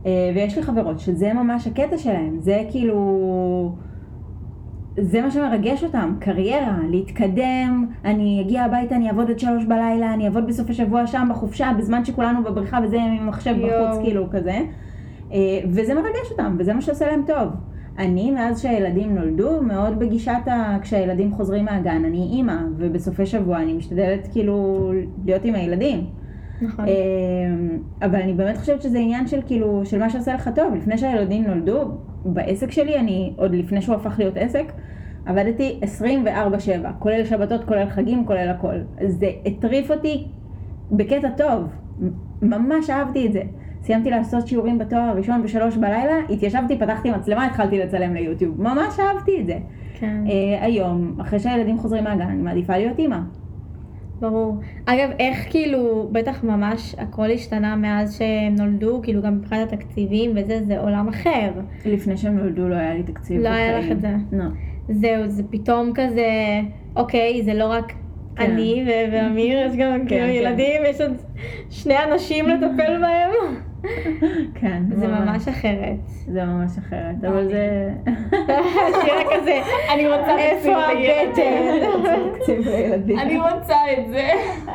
ויש לי חברות שזה ממש הקטע שלהם, זה כאילו, זה מה שמרגש אותם, קריירה, להתקדם, אני אגיע הביתה, אני אעבוד עד שלוש בלילה, אני אעבוד בסוף השבוע שם בחופשה, בזמן שכולנו בבריכה וזה עם מחשב בחוץ, כאילו כזה. וזה מרגש אותם, וזה מה שעושה להם טוב. אני, מאז שהילדים נולדו, מאוד בגישת ה... כשהילדים חוזרים מהגן, אני אימא, ובסופי שבוע אני משתדלת כאילו להיות עם הילדים. נכון. אבל אני באמת חושבת שזה עניין של כאילו, של מה שעושה לך טוב. לפני שהילדים נולדו, בעסק שלי, אני עוד לפני שהוא הפך להיות עסק, עבדתי עשרים וארבע שבע, כולל שבתות, כולל חגים, כולל הכל. זה הטריף אותי בקטע טוב, ממש אהבתי את זה. סיימתי לעשות שיעורים בתואר הראשון בשלוש בלילה, התיישבתי, פתחתי מצלמה, התחלתי לצלם ליוטיוב. ממש אהבתי את זה. כן. Uh, היום, אחרי שהילדים חוזרים מהגן, אני מעדיפה להיות אימא. ברור. אגב, איך כאילו, בטח ממש הכל השתנה מאז שהם נולדו, כאילו גם מבחינת התקציבים וזה, זה עולם אחר. לפני שהם נולדו לא היה לי תקציב. לא היה לך את זה. לא. זהו, זה פתאום כזה, אוקיי, זה לא רק כן. אני ו- ואמיר, יש גם כאילו כן. ילדים, יש עוד שני אנשים לטפל בהם. כן. זה ממש אחרת. זה ממש אחרת, אבל זה... שירה כזה, אני רוצה איפה הבטן? תקציב לילדים. אני רוצה את זה.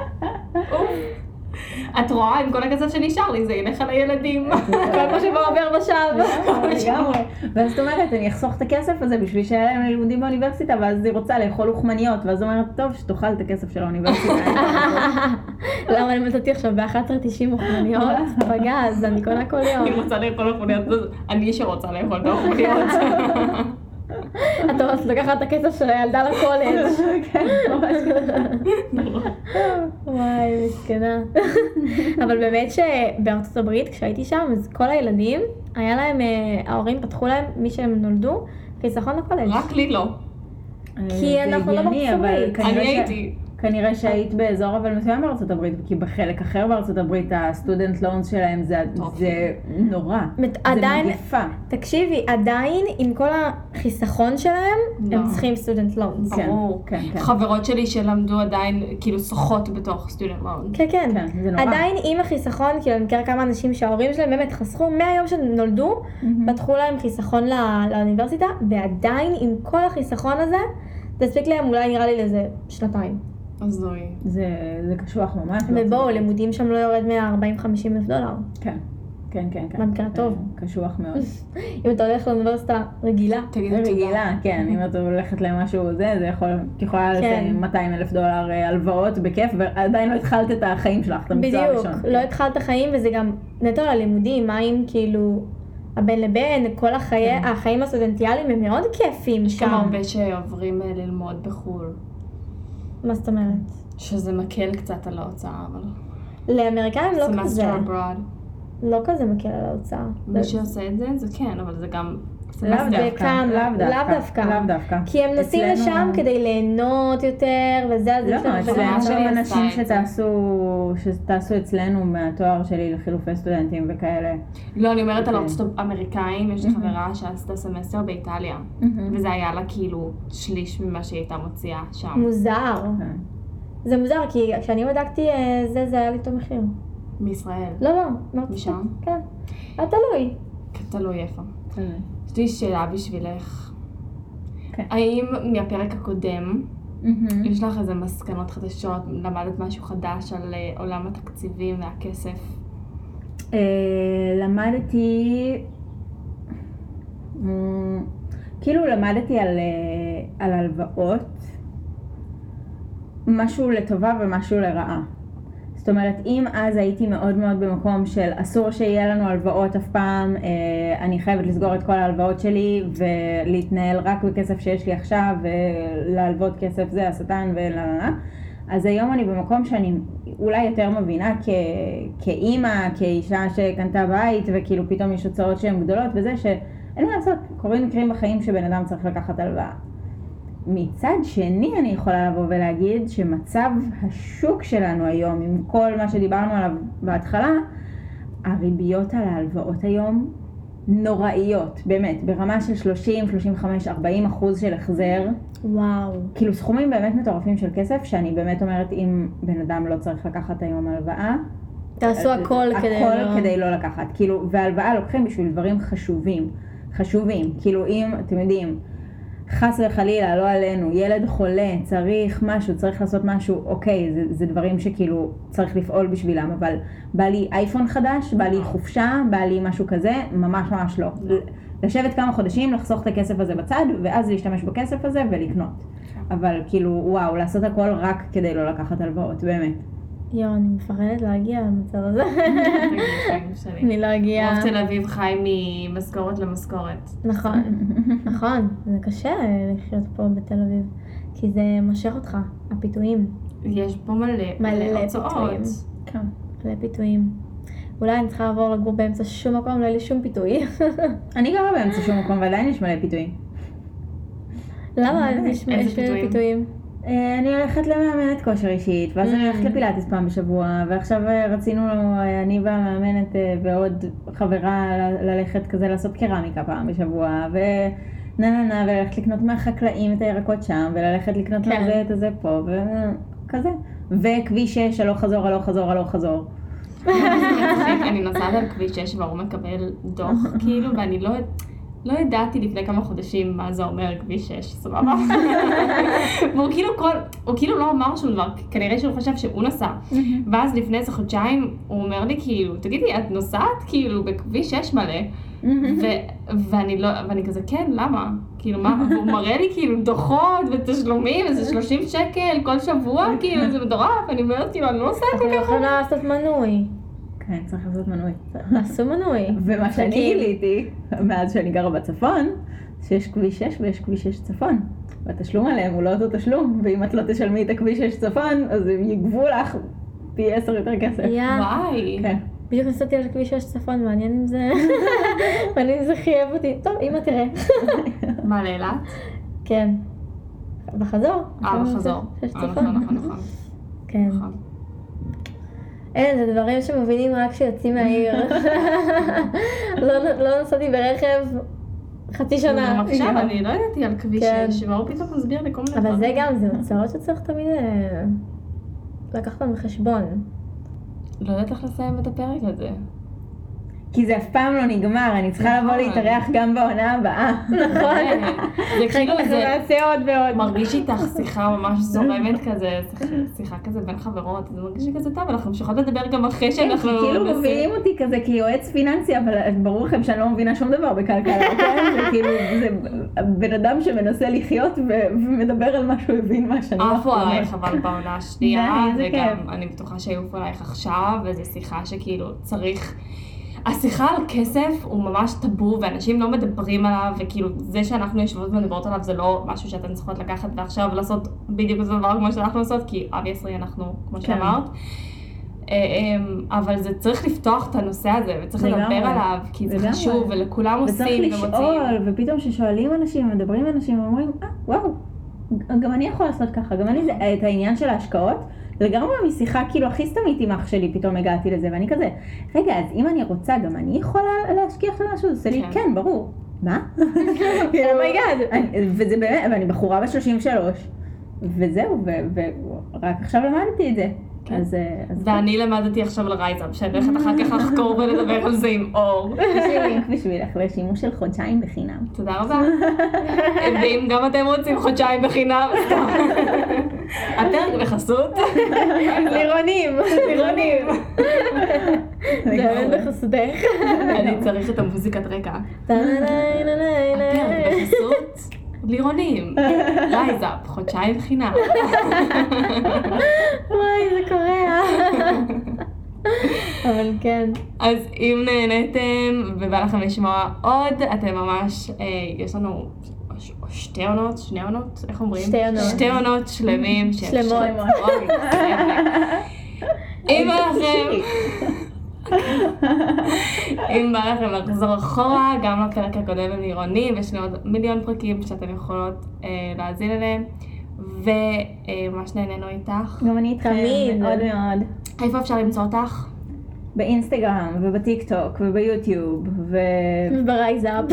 את רואה, עם כל הכסף שנשאר לי, זה ילך על הילדים. כל מה שבא עובר בשב. לגמרי. ואז זאת אומרת, אני אחסוך את הכסף הזה בשביל שהיה להם לימודים באוניברסיטה, ואז היא רוצה לאכול אוכמניות, ואז היא אומרת, טוב, שתאכל את הכסף של האוניברסיטה. למה אני מצאתי עכשיו ב-אחת עשרה תשעים אוכמניות בגז, אני קונה כל יום. אני רוצה לאכול אוכמניות, אני שרוצה לאכול את האוכמניות. אתה לוקחת את הכסף של הילדה לקולג'. כן, ממש ככה. וואי, מסכנה. אבל באמת שבארצות הברית, כשהייתי שם, אז כל הילדים, היה להם, ההורים פתחו להם, מי שהם נולדו, חיסכון לקולג'. רק לי לא. כי אנחנו לא הגיוני, אבל בארצות כנראה אני ש- הייתי. כנראה שהיית באזור אבל מסוים בארצות הברית, כי בחלק אחר בארצות הברית הסטודנט לונס שלהם זה, זה נורא, מת- זה עדיין- מגיפה. תקשיבי, עדיין עם כל החיסכון שלהם, לא. הם צריכים סטודנט לונס. כן, ברור. כן, כן. חברות שלי שלמדו עדיין כאילו שוחות בתוך סטודנט לון. כן, כן. כן, זה נורא. עדיין עם החיסכון, כאילו אני מכירה כמה אנשים שההורים שלהם באמת חסכו מהיום שנולדו, פתחו להם חיסכון לא- לאוניברסיטה, ועדיין עם כל החיסכון הזה, זה הספיק להם אולי נראה לי לזה שנתיים. הזוי. זה, זה קשוח ממש. ובואו, לימודים שם לא יורד מ-ארבעים חמישים אלף דולר. כן, כן, כן, כן. במקרה הטוב. קשוח מאוד. אם אתה הולך לאוניברסיטה רגילה. תגידי תודה. רגילה, כן, אם את הולכת למשהו זה, זה יכול, את יכולה לשים מאתיים אלף דולר אה, הלוואות בכיף, ועדיין לא התחלת את החיים שלך, את המקצוע בדיוק, הראשון. לא התחלת חיים, וזה גם נטו על הלימודים, מה אם כאילו, הבין לבין, כל החיי, החיים הסטודנטיאליים הם מאוד כיפים יש גם שם. הרבה שעוברים אה, ללמוד בחו"ל, מה זאת אומרת? שזה מקל קצת על ההוצאה, אבל... לאמריקאים לא כזה, semester abroad. לא כזה מקל על ההוצאה. מי שעושה את זה, זה כן, אבל זה גם... לאו זה דווקא, כאן, לאו לאו דווקא, דווקא. לאו דווקא. כי הם נוסעים אצלנו- לשם כדי ליהנות יותר, וזה, אז לא, יש להם אצלנו בגלל ממש ש- גם אני אנשים עושה את זה. שתעשו, שתעשו אצלנו מהתואר שלי לחילופי סטודנטים וכאלה. לא, אני אומרת על כן. ארצות אמריקאים, יש לי חברה שעשתה סמסטר באיטליה, וזה היה לה כאילו שליש ממה שהיא הייתה מוציאה שם. מוזר. כן. זה מוזר, כי כשאני בדקתי אה, זה, זה היה לי אותו מחיר. מישראל. לא, לא, מארצות משם? הברית, כן. היה תלוי. תלוי איפה. בסדר. יש לי שאלה בשבילך. כן. האם מהפרק הקודם, מהמם. יש לך איזה מסקנות חדשות, למדת משהו חדש על אה, עולם התקציבים והכסף? אה, למדתי, מ, כאילו למדתי על, אה, על הלוואות, משהו לטובה ומשהו לרעה. זאת אומרת, אם אז הייתי מאוד מאוד במקום של אסור שיהיה לנו הלוואות אף פעם, אה, אני חייבת לסגור את כל ההלוואות שלי ולהתנהל רק בכסף שיש לי עכשיו ולהלוות כסף זה השטן וללה. אז היום אני במקום שאני אולי יותר מבינה כ, כאימא, כאישה שקנתה בית וכאילו פתאום יש הוצאות שהן גדולות וזה שאין מה לעשות, קורים מקרים בחיים שבן אדם צריך לקחת הלוואה. מצד שני אני יכולה לבוא ולהגיד שמצב השוק שלנו היום, עם כל מה שדיברנו עליו בהתחלה, הריביות על ההלוואות היום נוראיות, באמת, ברמה של שלושים, שלושים וחמש, ארבעים אחוז של החזר, וואו. כאילו סכומים באמת מטורפים של כסף, שאני באמת אומרת אם בן אדם לא צריך לקחת היום הלוואה, תעשו הכל כדי לא... הכל כדי לא לקחת, כאילו, והלוואה לוקחים בשביל דברים חשובים, חשובים, כאילו אם, אתם יודעים, חס וחלילה, לא עלינו, ילד חולה, צריך משהו, צריך לעשות משהו, אוקיי, זה, זה דברים שכאילו צריך לפעול בשבילם, אבל בא לי אייפון חדש, בא לי חופשה, בא לי משהו כזה, ממש ממש לא. לשבת כמה חודשים, לחסוך את הכסף הזה בצד, ואז להשתמש בכסף הזה ולקנות. אבל כאילו, וואו, לעשות הכל רק כדי לא לקחת הלוואות, באמת. יואו, אני מפחדת להגיע למצב הזה. אני לא אגיע... רוב תל אביב חי ממשכורת למשכורת. נכון, נכון. זה קשה לחיות פה בתל אביב, כי זה מושך אותך, הפיתויים. יש פה מלא, מלא הוצאות. כן, מלא פיתויים. אולי אני צריכה לעבור לגור באמצע שום מקום, לא יהיה לי שום פיתוי. אני גרה באמצע שום מקום, ועדיין יש מלא פיתויים. למה? יש מלא פיתויים. אני הולכת למאמנת כושר אישית, ואז אני הולכת לפילאטיס פעם בשבוע, ועכשיו רצינו, אני והמאמנת ועוד חברה ללכת כזה לעשות קרמיקה פעם בשבוע, ונה נה נה, וללכת לקנות מהחקלאים את הירקות שם, וללכת לקנות מהזה את הזה פה, וכזה. וכביש שש, הלוך חזור, הלוך חזור, הלוך חזור. אני נוסעת על כביש שש והוא מקבל דוח, כאילו, ואני לא... לא ידעתי לפני כמה חודשים מה זה אומר כביש שש, סבבה? והוא כאילו כל, הוא כאילו לא אמר שום דבר, כנראה שהוא חשב שהוא נסע. ואז לפני איזה חודשיים הוא אומר לי כאילו, תגידי, את נוסעת כאילו בכביש שש מלא? ואני לא, ואני כזה, כן, למה? כאילו מה? והוא מראה לי כאילו דוחות ותשלומים, איזה שלושים שקל כל שבוע, כאילו זה מטורף, אני אומרת כאילו, אני לא נוסעת כל כך. אתה יכול לעשות מנוי. כן, צריך לעשות מנוי. עשו מנוי. ומה שאני גיליתי, מאז שאני גרה בצפון, שיש כביש שש ויש כביש שש צפון. והתשלום עליהם הוא לא אותו תשלום, ואם את לא תשלמי את הכביש שש צפון, אז הם יגבו לך פי עשר יותר כסף. וואי. כן. בדיוק נסעתי על כביש שש צפון, מעניין אם זה... מעניין אם זה חייב אותי. טוב, אמא תראה. מה, לאילת? כן. בחזור. אה, בחזור. שש צפון. נכון, נכון, נכון. כן. אין, זה דברים שמבינים רק כשיוצאים מהעיר. לא נסעתי ברכב חצי שנה. עכשיו אני לא ידעתי על כביש שש, והוא פתאום מסביר לי כל מיני דברים. אבל זה גם, זה הוצאות שצריך תמיד לקחת אותם בחשבון. לא יודעת איך לסיים את הפרק הזה. כי זה אף פעם לא נגמר, אני צריכה לבוא להתארח גם בעונה הבאה. נכון. זה כאילו זה... נעשה עוד ועוד. מרגיש איתך שיחה ממש זורמת כזה, שיחה כזה בין חברות, זה מרגיש לי כזה טוב, אנחנו ממשיכות לדבר גם אחרי שאנחנו... כאילו מביאים אותי כזה כיועץ פיננסי, אבל ברור לכם שאני לא מבינה שום דבר בכלכלה, כן? זה כאילו, זה בן אדם שמנסה לחיות ומדבר על מה שהוא הבין מה שאני לא עפו עלייך אבל בעונה השנייה, וגם אני בטוחה שהיו עלייך עכשיו, וזו שיחה שכאילו צריך... השיחה על כסף הוא ממש טאבו, ואנשים לא מדברים עליו, וכאילו זה שאנחנו יושבות ומדברות עליו זה לא משהו שאתן צריכות לקחת ועכשיו לעשות בדיוק את הדבר כמו שאנחנו לעשות, כי obviously אנחנו, כמו שאמרת. אבל זה צריך לפתוח את הנושא הזה, וצריך לדבר עליו, כי זה חשוב, ולכולם עושים ומוצאים. וצריך לשאול, ופתאום ששואלים אנשים, מדברים אנשים, ואומרים, אה, וואו, גם אני יכול לעשות ככה, גם אני, את העניין של ההשקעות, לגמרי משיחה כאילו הכי סתמית עם אח שלי, פתאום הגעתי לזה, ואני כזה, רגע, אז אם אני רוצה, גם אני יכולה להשקיע עכשיו משהו? זה עושה לי, כן, ברור. מה? אומייגאד. וזה באמת, ואני בחורה ב-שלושים ושלוש, וזהו, ורק עכשיו למדתי את זה. ואני למדתי עכשיו על רייזאפ, שאני הולכת אחר כך לחקור ולדבר על זה עם אור. יש לי לינק בשבילך לשימוש של חודשיים בחינם. תודה רבה. ואם גם אתם רוצים חודשיים בחינם, סתם. הפרק בחסות. לירונים, לירונים. זה באמת בחסותך. אני צריך את המוזיקת רקע. הפרק בחסות. לירונים, רייזאפ, חודשיים חינם. וואי, זה קורע. אבל כן. אז אם נהניתם ובא לכם לשמוע עוד, אתם ממש, יש לנו שתי עונות, שני עונות, איך אומרים? שתי עונות. שתי עונות שלמים. שלמות. אם בא לכם... אם בא לכם לחזור אחורה, גם לפרק הקודם עם לירונים, ויש לנו עוד מיליון פרקים שאתם יכולות אה, להזין אליהם, וממש נהנינו איתך. גם אני איתכם, מאוד מאוד. איפה אפשר למצוא אותך? באינסטגרם, ובטיק טוק, וביוטיוב, ו... וברייזאפ.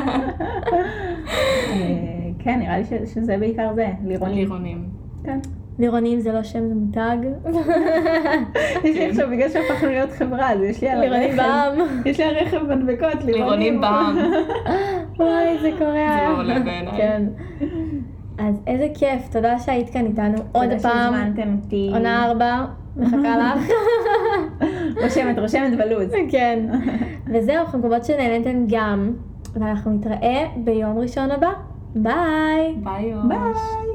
כן, נראה לי שזה בעיקר זה, לירונים. לירונים. כן. לירונים זה לא שם, זה מותג. יש לי עכשיו, בגלל שהפכנו להיות חברה, אז יש לי על לירונים הרכב. בעם. יש לי על רכב מדבקות, לירונים בעם. וואי, זה קורה. זה מעולה בעיניי. כן. אז איזה כיף, תודה שהיית כאן איתנו עוד פעם. תודה שהזמנתם אותי. עונה ארבע, מחכה לך. רושמת, רושמת בלוז. כן. וזהו, אנחנו מקוות שנהנתם גם, ואנחנו נתראה ביום ראשון הבא. ביי. ביי. ביי.